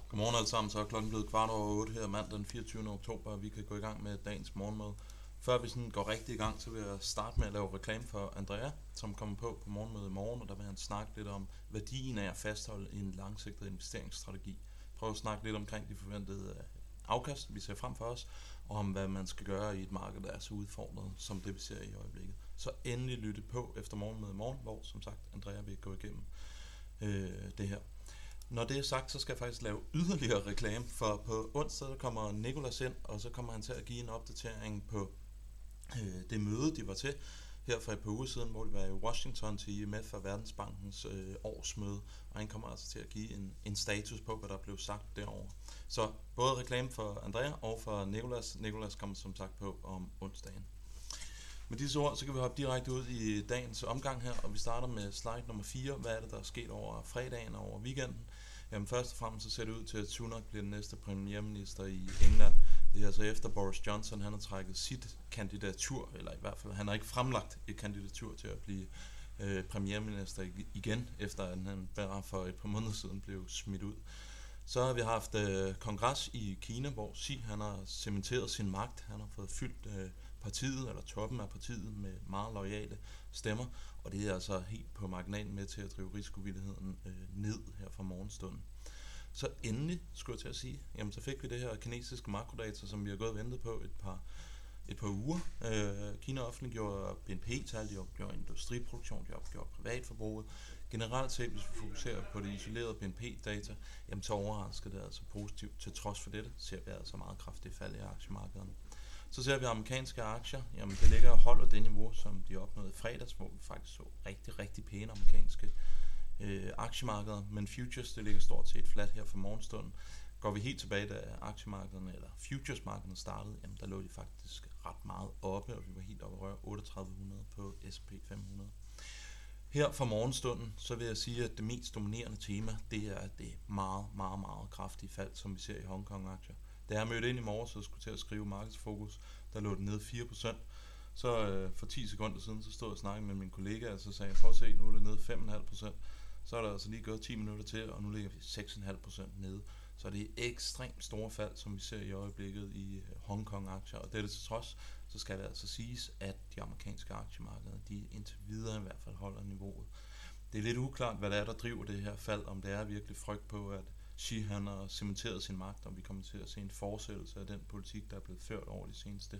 Godmorgen alle sammen, så er klokken blevet 7:15 her mandag den 24. oktober, og vi kan gå i gang med dagens morgenmøde. Før vi sådan går rigtig i gang, så vil jeg starte med at lave reklame for Andrea, som kommer på morgenmødet i morgen, og der vil han snakke lidt om værdien af at fastholde en langsigtet investeringsstrategi. Prøv at snakke lidt omkring de forventede afkast, vi ser frem for os, og om hvad man skal gøre i et marked, der er så udfordret, som det vi ser i øjeblikket. Så endelig lytte på efter morgenmødet i morgen, hvor som sagt Andrea vil gå igennem det her. Når det er sagt, så skal jeg faktisk lave yderligere reklame, for på onsdag der kommer Nicolas ind, og så kommer han til at give en opdatering på det møde, de var til her for et par uger siden, hvor de var i Washington til IMF og Verdensbankens årsmøde, og han kommer altså til at give en status på, hvad der blev sagt derovre. Så både reklame for Andrea og for Nicolas. Nicolas kommer som sagt på om onsdagen. Med disse ord, så kan vi hoppe direkte ud i dagens omgang her, og vi starter med slide nummer 4. Hvad er det, der er sket over fredagen og over weekenden? Jamen først og fremmest så ser det ud til, at Sunak bliver den næste premierminister i England. Det er altså efter Boris Johnson, han har trækket sit kandidatur, eller i hvert fald, han har ikke fremlagt et kandidatur til at blive premierminister igen, efter at han bare for et par måneder siden blev smidt ud. Så har vi haft kongres i Kina, hvor Xi han har cementeret sin magt. Han har fået fyldt partiet, eller toppen af partiet, med meget loyale stemmer, og det er altså helt på marginalen med til at drive risikovilligheden ned her fra morgenstunden. Så endelig, skulle jeg til at sige, jamen så fik vi det her kinesiske makrodata, som vi har gået og ventet på et par uger. Kina offentliggjorde BNP-tal, de opgjorde industriproduktion, de opgjorde privatforbruget. Generelt set, hvis vi fokuserer på det isolerede BNP-data, jamen så overrasker det altså positivt. Til trods for dette ser vi altså meget kraftigt fald i aktiemarkederne. Så ser vi amerikanske aktier, jamen det ligger og holder det niveau, som de opnåede i fredags, hvor vi faktisk så rigtig, rigtig pæne amerikanske aktiemarkeder, men futures det ligger stort set fladt her for morgenstunden. Går vi helt tilbage, da aktiemarkederne eller futuresmarkederne startede, jamen der lå de faktisk ret meget oppe, og vi var helt oppe at røre 3800 på S&P 500. Her for morgenstunden, så vil jeg sige, at det mest dominerende tema, det er det meget, meget, meget kraftige fald, som vi ser i Hongkong-aktier. Da jeg mødte ind i morges og skulle til at skrive markedsfokus, der lå det nede 4%. Så for 10 sekunder siden, så stod jeg og snakkede med min kollega, og så sagde jeg, prøv at se, nu er det nede 5,5%. Så er der altså lige gået 10 minutter til, og nu ligger vi 6,5% nede. Så det er ekstremt store fald, som vi ser i øjeblikket i Hongkong-aktier. Og dette til trods, så skal det altså siges, at de amerikanske aktiemarkeder, de indtil videre i hvert fald holder niveauet. Det er lidt uklart, hvad det er, der driver det her fald, om det er virkelig frygt på, at Xi han har cementeret sin magt, og vi kommer til at se en fortsættelse af den politik, der er blevet ført over de seneste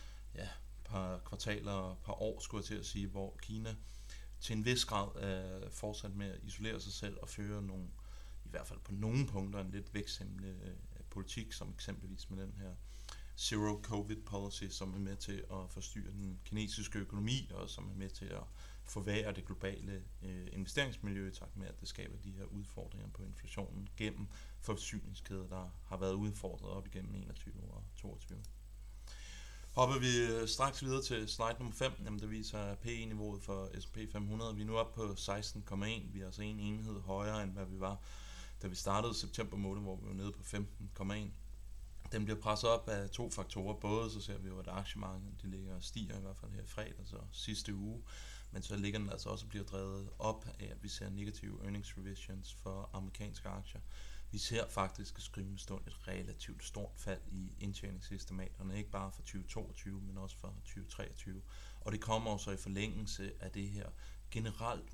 par kvartaler og par år, skulle jeg til at sige, hvor Kina til en vis grad er fortsat med at isolere sig selv og føre nogle, i hvert fald på nogle punkter, en lidt væksthæmmende politik, som eksempelvis med den her Zero Covid Policy, som er med til at forstyrre den kinesiske økonomi, og som er med til at forværre det globale investeringsmiljø i takt med, at det skaber de her udfordringer på inflationen gennem forsyningskæder, der har været udfordret op igennem 21 og 22. Hopper vi straks videre til slide nummer 5, jamen der viser PE-niveauet for S&P 500. Vi er nu oppe på 16,1. Vi er altså en enhed højere, end hvad vi var, da vi startede september måned, hvor vi var nede på 15,1. Den bliver presset op af to faktorer. Både så ser vi jo, at aktiemarkedet de ligger og stiger, i hvert fald her i fredags og sidste uge. Men så ligger den altså også og bliver drevet op af, at vi ser negative earnings revisions for amerikanske aktier. Vi ser faktisk i skrivende stund et relativt stort fald i indtjeningsestimaterne, ikke bare for 2022, men også for 2023. Og det kommer også i forlængelse af det her generelt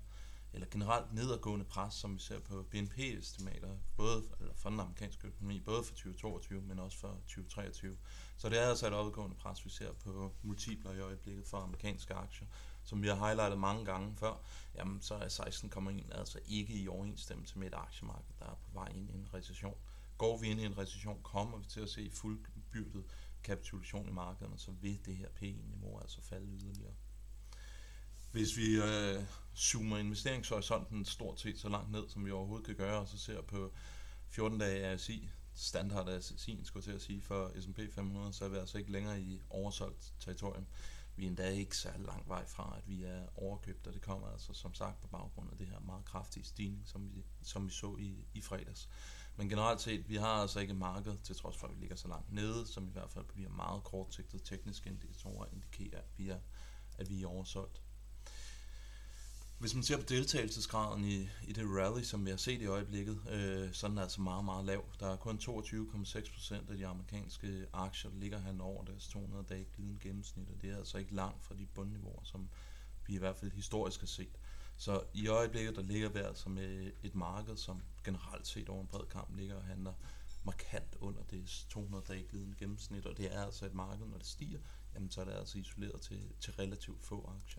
nedadgående pres, som vi ser på BNP-estimater, både for den amerikanske økonomi, både for 2022, men også for 2023. Så det er altså et opadgående pres, vi ser på multipler i øjeblikket for amerikanske aktier. Som vi har highlightet mange gange før, jamen så er 16,1 altså ikke i overensstemmelse med et aktiemarked, der er på vej ind i en recession. Går vi ind i en recession, kommer vi til at se fuldbyrdet kapitulation i markederne, så vil det her PE-niveau altså falde yderligere. Hvis vi zoomer investeringshorisonten stort set så langt ned, som vi overhovedet kan gøre, og så ser på 14 dage ASI, standard ASI'en skulle til at sige, for S&P 500, så er vi altså ikke længere i oversolgt territorium. Vi er endda ikke så lang vej fra, at vi er overkøbt, og det kommer altså som sagt på baggrund af det her meget kraftige stigning, som vi så i fredags. Men generelt set, vi har altså ikke et marked, til trods for at vi ligger så langt nede, som i hvert fald bliver meget kortsigtede tekniske indikatorer indikerer, at vi er oversolgt. Hvis man ser på deltagelsesgraden i det rally, som vi har set i øjeblikket, så er den altså meget, meget lav. Der er kun 22,6% af de amerikanske aktier, der ligger hen over deres 200 dage glidende gennemsnit, og det er altså ikke langt fra de bundniveauer, som vi i hvert fald historisk har set. Så i øjeblikket, der ligger vi altså med et marked, som generelt set over en bred kamp ligger og handler markant under det 200 dage glidende gennemsnit, og det er altså et marked, når det stiger, jamen så er det altså isoleret til relativt få aktier.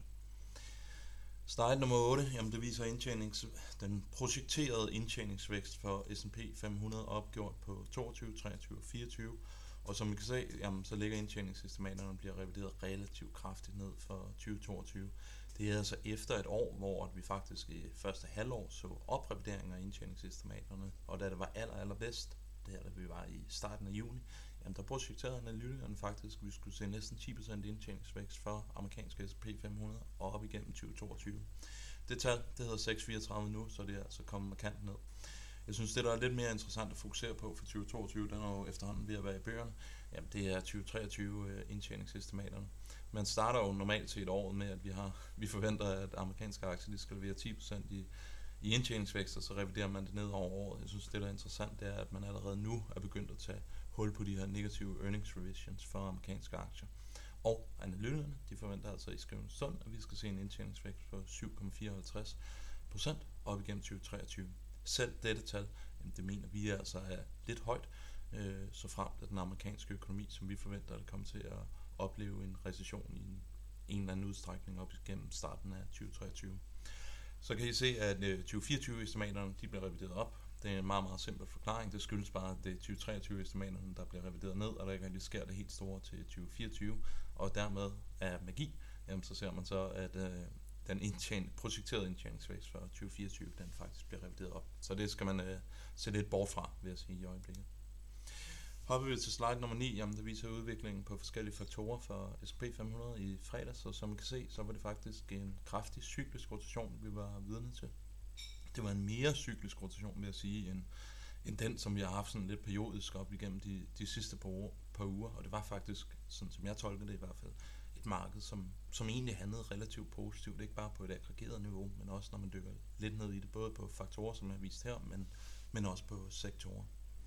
Slide nummer 8, jamen det viser den projekterede indtjeningsvækst for S&P 500 opgjort på 22, 23 og 24. Og som I kan se, jamen, så ligger indtjeningsestimaterne bliver revideret relativt kraftigt ned for 2022. Det er altså efter et år, hvor vi faktisk i første halvår så oprevideringer af indtjeningsestimaterne, og da det var allerbedst, det her da vi var i starten af juni, jamen der projekterede analytikerne faktisk, at vi skulle se næsten 10% indtjeningsvækst for amerikanske S&P 500 og op igennem 2022. Det tal, det hedder 634 nu, så det er altså kommet markant ned. Jeg synes, det der er lidt mere interessant at fokusere på for 2022, den er jo efterhånden ved at være i bøgerne, jamen det er 2023 indtjeningsestimaterne. Man starter jo normalt til et år med, at vi forventer, at amerikanske aktier de skal levere 10% i indtjeningsvækst, og så reviderer man det ned over året. Jeg synes, det der er interessant, det er, at man allerede nu er begyndt at tage hul på de her negative earnings revisions for amerikanske aktier. Og analytikerne, de forventer altså i skrivende stund, at vi skal se en indtjeningsvækst på 7,54% op igennem 2023. Selv dette tal, det mener vi altså er lidt højt, så frem til den amerikanske økonomi, som vi forventer, at det kommer til at opleve en recession i en eller anden udstrækning op igennem starten af 2023. Så kan I se, at 2024-estimaterne de bliver revideret op. Det er en meget, meget simpel forklaring. Det skyldes bare, at det er 2023-estimaterne, der bliver revideret ned, og der ikke rigtig sker det helt store til 2024. Og dermed er magi, jamen, så ser man så, at den projekterede indtjeningsvækst for 2024, den faktisk bliver revideret op. Så det skal man se lidt bort fra, vil jeg sige i øjeblikket. Hopper vi til slide nummer 9, jamen det viser udviklingen på forskellige faktorer for S&P 500 i fredags, og som I kan se, så var det faktisk en kraftig cyklisk rotation, vi var vidne til. Det var en mere cyklisk rotation, vil jeg sige, end den, som vi har haft sådan lidt periodisk op igennem de sidste par uger, og det var faktisk, sådan som jeg tolkede det i hvert fald, et marked, som egentlig handlede relativt positivt, ikke bare på et aggregeret niveau, men også når man dykker lidt ned i det, både på faktorer, som jeg har vist her, men også på sektorer.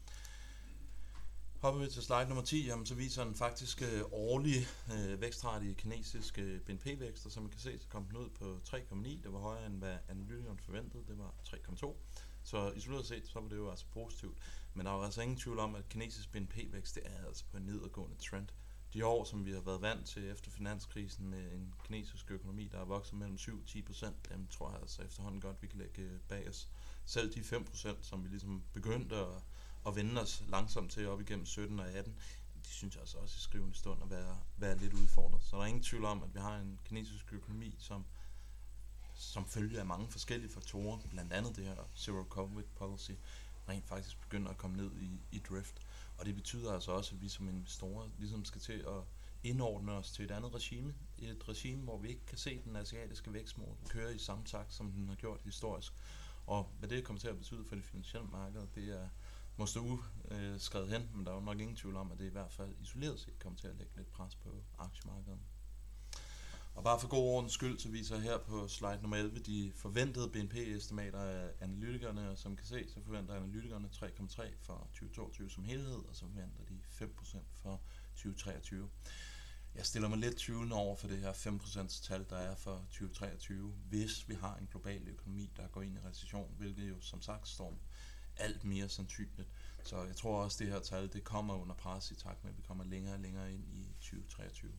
Hopper vi til slide nummer 10, jamen, så viser den faktisk årlige vækstrate i kinesisk BNP-vækst, og som man kan se, så kom den ud på 3,9. Det var højere end hvad analytikeren forventede, det var 3,2. Så isoleret set, så var det jo altså positivt. Men der er jo altså ingen tvivl om, at kinesisk BNP-vækst, det er altså på en nedadgående trend. De år, som vi har været vant til efter finanskrisen med en kinesisk økonomi, der er vokset mellem 7-10%, dem tror jeg altså efterhånden godt, vi kan lægge bag os. Selv de 5%, som vi ligesom begyndte at vende os langsomt til op igennem 17 og 18, de synes jeg altså også i skrivende stund at være lidt udfordret. Så der er ingen tvivl om, at vi har en kinesisk økonomi, som følger af mange forskellige faktorer, blandt andet det her Zero Covid Policy, rent faktisk begynder at komme ned i drift. Og det betyder altså også, at vi som investorer ligesom skal til at indordne os til et andet regime. Et regime, hvor vi ikke kan se den asiatiske vækstmål køre i samme takt, som den har gjort historisk. Og hvad det kommer til at betyde for det finansielle marked, det er måske skrevet hen, men der er jo nok ingen tvivl om, at det i hvert fald isoleret set kommer til at lægge lidt pres på aktiemarkedet. Og bare for god ordens skyld, så viser jeg her på slide nummer 11 de forventede BNP-estimater af analytikerne, og som kan se, så forventer analytikerne 3,3 for 2022 som helhed, og så forventer de 5% for 2023. Jeg stiller mig lidt tvivlende over for det her 5% tal, der er for 2023, hvis vi har en global økonomi, der går ind i recession, hvilket jo som sagt står alt mere sandsynligt. Så jeg tror også, det her tal det kommer under pres i takt med, at vi kommer længere og længere ind i 2023.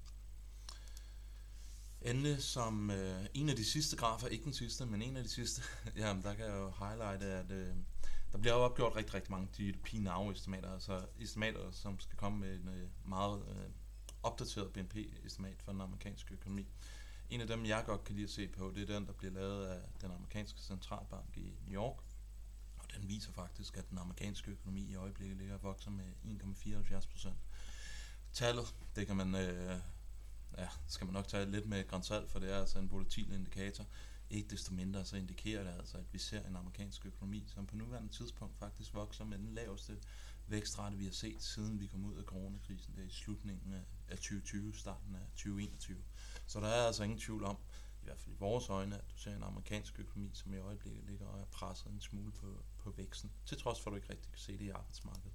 Endelig som en af de sidste grafer, ikke den sidste, men en af de sidste, jamen, der kan jeg jo highlighte, at der bliver jo opgjort rigtig, rigtig mange GDP Now-estimater, altså estimater, som skal komme med en meget opdateret BNP-estimat for den amerikanske økonomi. En af dem, jeg godt kan lide at se på, det er den, der bliver lavet af den amerikanske centralbank i New York. Og den viser faktisk, at den amerikanske økonomi i øjeblikket ligger og vokser med 1,74%. Tallet, det kan man, skal man nok tage lidt med et gran salt, for det er altså en volatil indikator. Ikke desto mindre så indikerer det altså, at vi ser en amerikansk økonomi, som på nuværende tidspunkt faktisk vokser med den laveste vækstrate, vi har set, siden vi kom ud af coronakrisen der i slutningen af 2020, starten af 2021. Så der er altså ingen tvivl om, i hvert fald i vores øjne, at du ser en amerikansk økonomi, som i øjeblikket ligger og er presset en smule på væksten, til trods for, at du ikke rigtig kan se det i arbejdsmarkedet.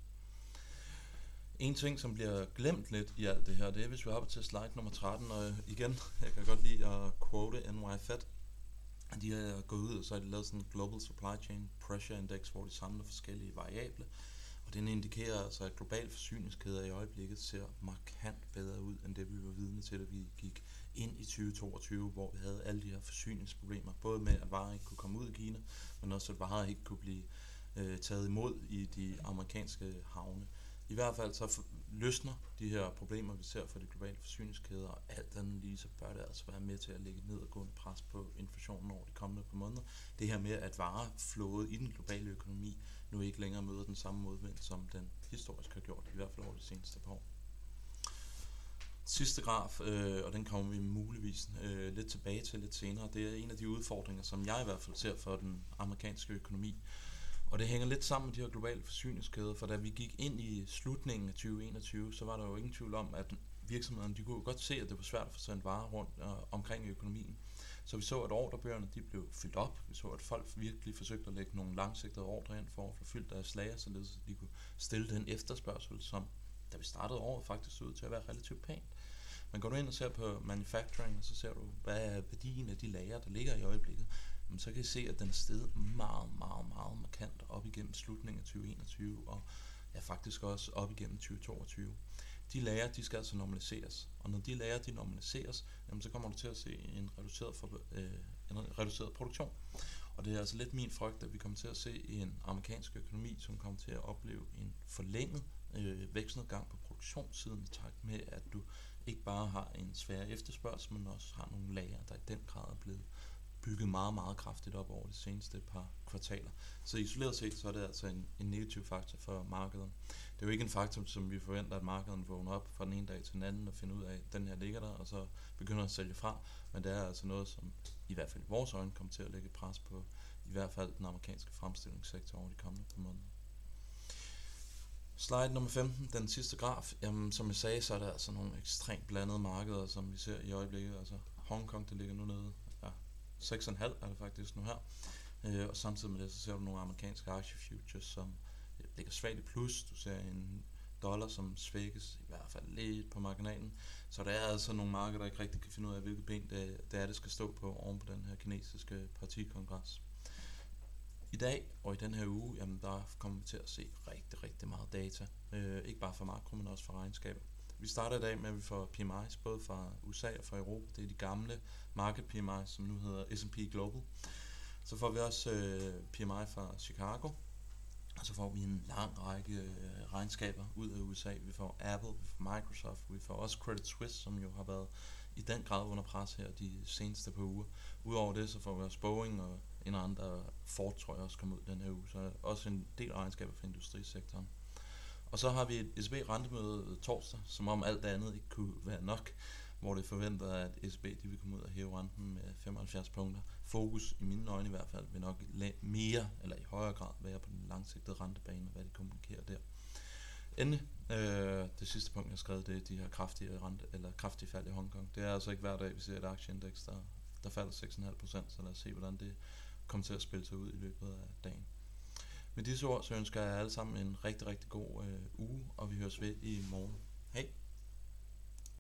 En ting, som bliver glemt lidt i alt det her, det er, hvis vi hopper til slide nummer 13, og igen, jeg kan godt lide at quote NY Fed. De har gået ud, og så har de lavet sådan en Global Supply Chain Pressure Index, hvor de samler forskellige variable. Og den indikerer altså, at globale forsyningskæder i øjeblikket ser markant bedre ud, end det vi var vidne til, da vi gik ind i 2022, hvor vi havde alle de her forsyningsproblemer. Både med, at varer ikke kunne komme ud i Kina, men også, at varer ikke kunne blive taget imod i de amerikanske havne. I hvert fald så løsner de her problemer, vi ser for de globale forsyningskæder, og alt andet lige, så bør det altså være med til at lægge nedadgående pres på inflationen over de kommende par måneder. Det her med, at vareflådet i den globale økonomi nu ikke længere møder den samme modvind, som den historisk har gjort, i hvert fald over de seneste par år. Sidste graf, og den kommer vi muligvis lidt tilbage til lidt senere, det er en af de udfordringer, som jeg i hvert fald ser for den amerikanske økonomi. Og det hænger lidt sammen med de her globale forsyningskæder, for da vi gik ind i slutningen af 2021, så var der jo ingen tvivl om, at virksomhederne, de kunne godt se, at det var svært at få sendt varer rundt omkring i økonomien. Så vi så, at ordrebøgerne, de blev fyldt op. Vi så, at folk virkelig forsøgte at lægge nogle langsigtede ordre ind for at få fyldt deres lager, således at de kunne stille den efterspørgsel, som da vi startede året faktisk så ud til at være relativt pænt. Men går du ind og ser på manufacturing, så ser du, hvad er værdien af de lager, der ligger i øjeblikket. Men så kan I se, at den er steget meget markant op igennem slutningen af 2021, og ja, faktisk også op igennem 2022. De lager, de skal altså normaliseres, og når de lager, de normaliseres, jamen, så kommer du til at se en reduceret produktion. Og det er altså lidt min frygt, at vi kommer til at se en amerikansk økonomi, som kommer til at opleve en forlænget vækstnedgang på produktionssiden, i takt med, at du ikke bare har en svær efterspørgsel, men også har nogle lager, der i den grad er blevet bygget meget kraftigt op over de seneste par kvartaler. Så isoleret set, så er det altså en negativ faktor for markedet. Det er jo ikke en faktor, som vi forventer, at markedet vågner op fra den ene dag til den anden og finder ud af, at den her ligger der, og så begynder at sælge fra. Men det er altså noget, som i hvert fald i vores øjne kommer til at lægge pres på i hvert fald den amerikanske fremstillingssektor over de kommende par måneder. Slide nummer 15, den sidste graf. Jamen, som jeg sagde, så er der altså nogle ekstremt blandede markeder, som vi ser i øjeblikket. Altså Hongkong, det ligger nu nede. 6,5 er det faktisk nu her. Og samtidig med det, så ser du nogle amerikanske aktiefutures, som ligger svagt i plus. Du ser en dollar, som svækkes, i hvert fald lidt på marginalen. Så der er altså nogle markeder, der ikke rigtig kan finde ud af, hvilket ben det skal stå på oven på den her kinesiske partikongres. I dag og i den her uge, jamen, der kommer vi til at se rigtig meget data. Ikke bare fra makro, men også fra regnskaber. Vi starter i dag med, at vi får PMI's, både fra USA og fra Europa. Det er de gamle market PMI's, som nu hedder S&P Global. Så får vi også PMI fra Chicago. Og så får vi en lang række regnskaber ud af USA. Vi får Apple, vi får Microsoft, vi får også Credit Suisse, som jo har været i den grad under pres her de seneste par uger. Udover det, så får vi også Boeing og en anden, der Ford, tror jeg også kommer ud den her uge. Så også en del regnskaber for industrisektoren. Og så har vi et ECB-rentemøde torsdag, som om alt andet ikke kunne være nok, hvor det forventer, at ECB de vil komme ud og hæve renten med 75 punkter. Fokus, i mine øjne i hvert fald, vil nok mere eller i højere grad være på den langsigtede rentebane, og hvad de kommunikerer der. Endelig, det sidste punkt, jeg har skrevet, det er de her kraftige fald i Hongkong. Det er altså ikke hver dag, vi ser et aktieindeks, der falder 6,5%, så lad os se, hvordan det kommer til at spille sig ud i løbet af dagen. Med disse ord, så ønsker jeg alle sammen en rigtig god uge, og vi høres ved i morgen. Hej!